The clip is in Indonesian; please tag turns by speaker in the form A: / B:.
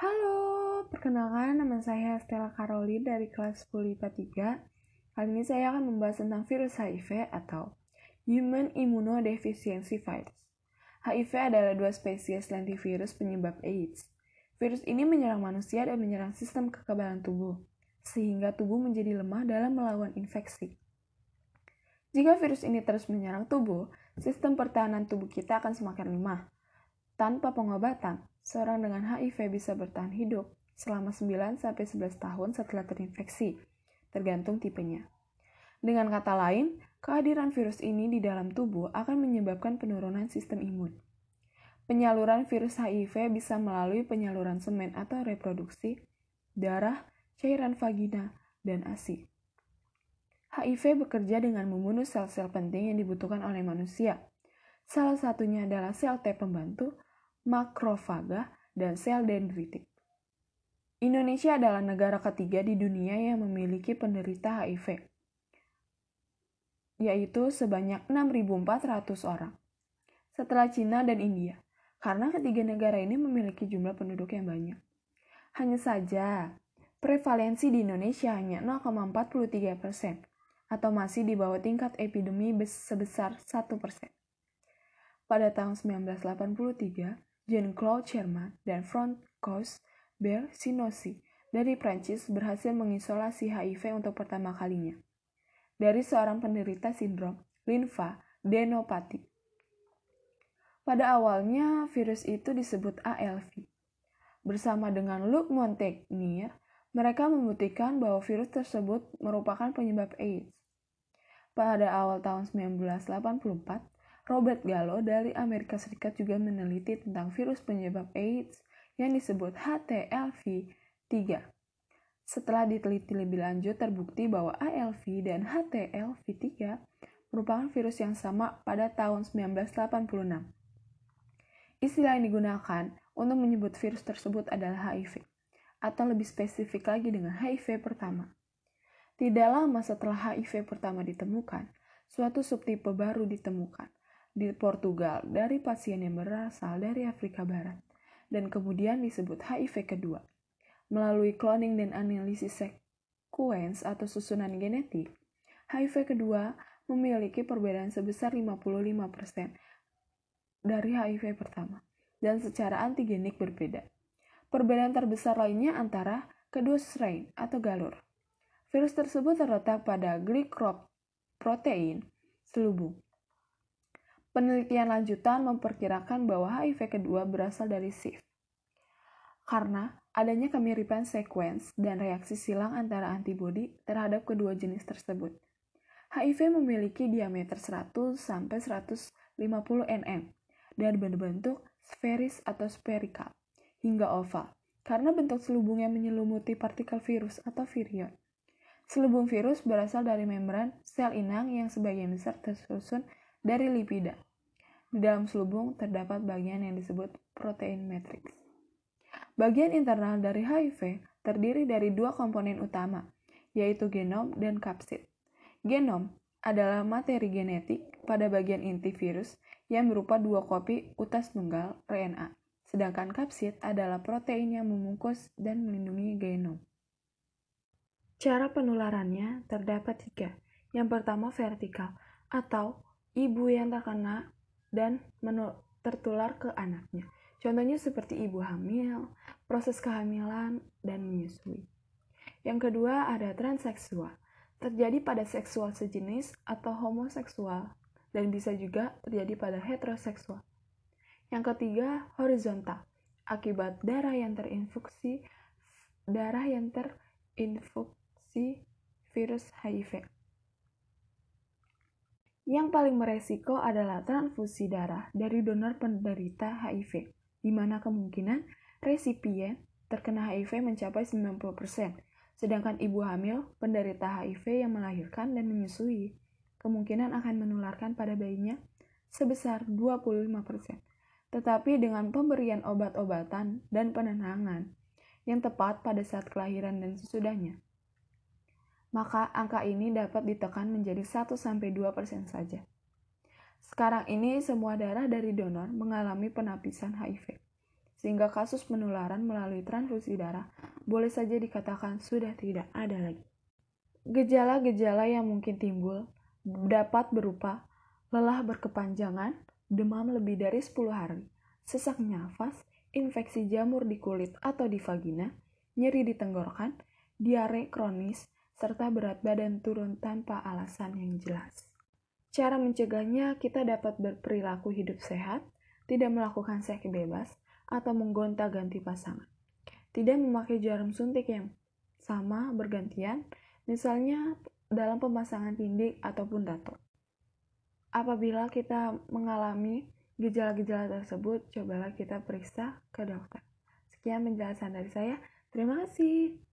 A: Halo, perkenalkan nama saya Stella Karoli dari kelas 10 IPA 3. Kali ini saya akan membahas tentang virus HIV atau Human Immunodeficiency Virus. HIV adalah dua spesies lentivirus penyebab AIDS. Virus ini menyerang manusia dan menyerang sistem kekebalan tubuh, sehingga tubuh menjadi lemah dalam melawan infeksi. Jika virus ini terus menyerang tubuh, sistem pertahanan tubuh kita akan semakin lemah. Tanpa pengobatan, seorang dengan HIV bisa bertahan hidup selama 9-11 tahun setelah terinfeksi, tergantung tipenya. Dengan kata lain, kehadiran virus ini di dalam tubuh akan menyebabkan penurunan sistem imun. Penyaluran virus HIV bisa melalui penyaluran semen atau reproduksi, darah, cairan vagina, dan ASI. HIV bekerja dengan membunuh sel-sel penting yang dibutuhkan oleh manusia. Salah satunya adalah sel T pembantu, makrofaga, dan sel dendritik. Indonesia adalah negara ketiga di dunia yang memiliki penderita HIV, yaitu sebanyak 6.400 orang, setelah Cina dan India, karena ketiga negara ini memiliki jumlah penduduk yang banyak. Hanya saja, prevalensi di Indonesia hanya 0,43%, atau masih di bawah tingkat epidemi sebesar 1%. Pada tahun 1983, Jean-Claude Sherman dan Francois Bersinossi dari Prancis berhasil mengisolasi HIV untuk pertama kalinya dari seorang penderita sindrom limfadenopati. Pada awalnya, virus itu disebut ALV. Bersama dengan Luc Montagnier, mereka membuktikan bahwa virus tersebut merupakan penyebab AIDS. Pada awal tahun 1984, Robert Gallo dari Amerika Serikat juga meneliti tentang virus penyebab AIDS yang disebut HTLV-3. Setelah diteliti lebih lanjut, terbukti bahwa ALV dan HTLV-3 merupakan virus yang sama pada tahun 1986. Istilah yang digunakan untuk menyebut virus tersebut adalah HIV, atau lebih spesifik lagi dengan HIV pertama. Tidak lama setelah HIV pertama ditemukan, suatu subtipe baru ditemukan di Portugal dari pasien yang berasal dari Afrika Barat, dan kemudian disebut HIV kedua. Melalui cloning dan analisis sequence atau susunan genetik, HIV kedua memiliki perbedaan sebesar 55% dari HIV pertama, dan secara antigenik berbeda. Perbedaan terbesar lainnya antara kedua strain atau galur. Virus tersebut terletak pada glycoprotein selubung. Penelitian lanjutan memperkirakan bahwa HIV kedua berasal dari SIV, karena adanya kemiripan sekuens dan reaksi silang antara antibodi terhadap kedua jenis tersebut. HIV memiliki diameter 100-150 nm dan berbentuk sferis atau spherical hingga oval, karena bentuk selubung yang menyelimuti partikel virus atau virion. Selubung virus berasal dari membran sel inang yang sebagian besar tersusun dari lipida. Di dalam selubung terdapat bagian yang disebut protein matrix. Bagian internal dari HIV terdiri dari dua komponen utama, yaitu genom dan kapsid. Genom adalah materi genetik pada bagian inti virus yang berupa dua kopi utas tunggal RNA, sedangkan kapsid adalah protein yang membungkus dan melindungi genom. Cara penularannya terdapat 3. Yang pertama vertikal, atau ibu yang terkena dan tertular ke anaknya. Contohnya seperti ibu hamil, proses kehamilan, dan menyusui. Yang kedua ada transseksual, terjadi pada seksual sejenis atau homoseksual, dan bisa juga terjadi pada heteroseksual. Yang ketiga horizontal, akibat darah yang terinfeksi virus HIV. Yang paling beresiko adalah transfusi darah dari donor penderita HIV, di mana kemungkinan resipien terkena HIV mencapai 90%, sedangkan ibu hamil penderita HIV yang melahirkan dan menyusui kemungkinan akan menularkan pada bayinya sebesar 25%. Tetapi dengan pemberian obat-obatan dan penenangan yang tepat pada saat kelahiran dan sesudahnya, maka angka ini dapat ditekan menjadi 1-2% saja. Sekarang ini semua darah dari donor mengalami penapisan HIV, sehingga kasus penularan melalui transfusi darah boleh saja dikatakan sudah tidak ada lagi. Gejala-gejala yang mungkin timbul dapat berupa lelah berkepanjangan, demam lebih dari 10 hari, sesak nafas, infeksi jamur di kulit atau di vagina, nyeri di tenggorokan, diare kronis, serta berat badan turun tanpa alasan yang jelas. Cara mencegahnya, kita dapat berperilaku hidup sehat, tidak melakukan seks bebas, atau menggonta-ganti pasangan. Tidak memakai jarum suntik yang sama bergantian, misalnya dalam pemasangan tindik ataupun tato. Apabila kita mengalami gejala-gejala tersebut, cobalah kita periksa ke dokter. Sekian penjelasan dari saya. Terima kasih.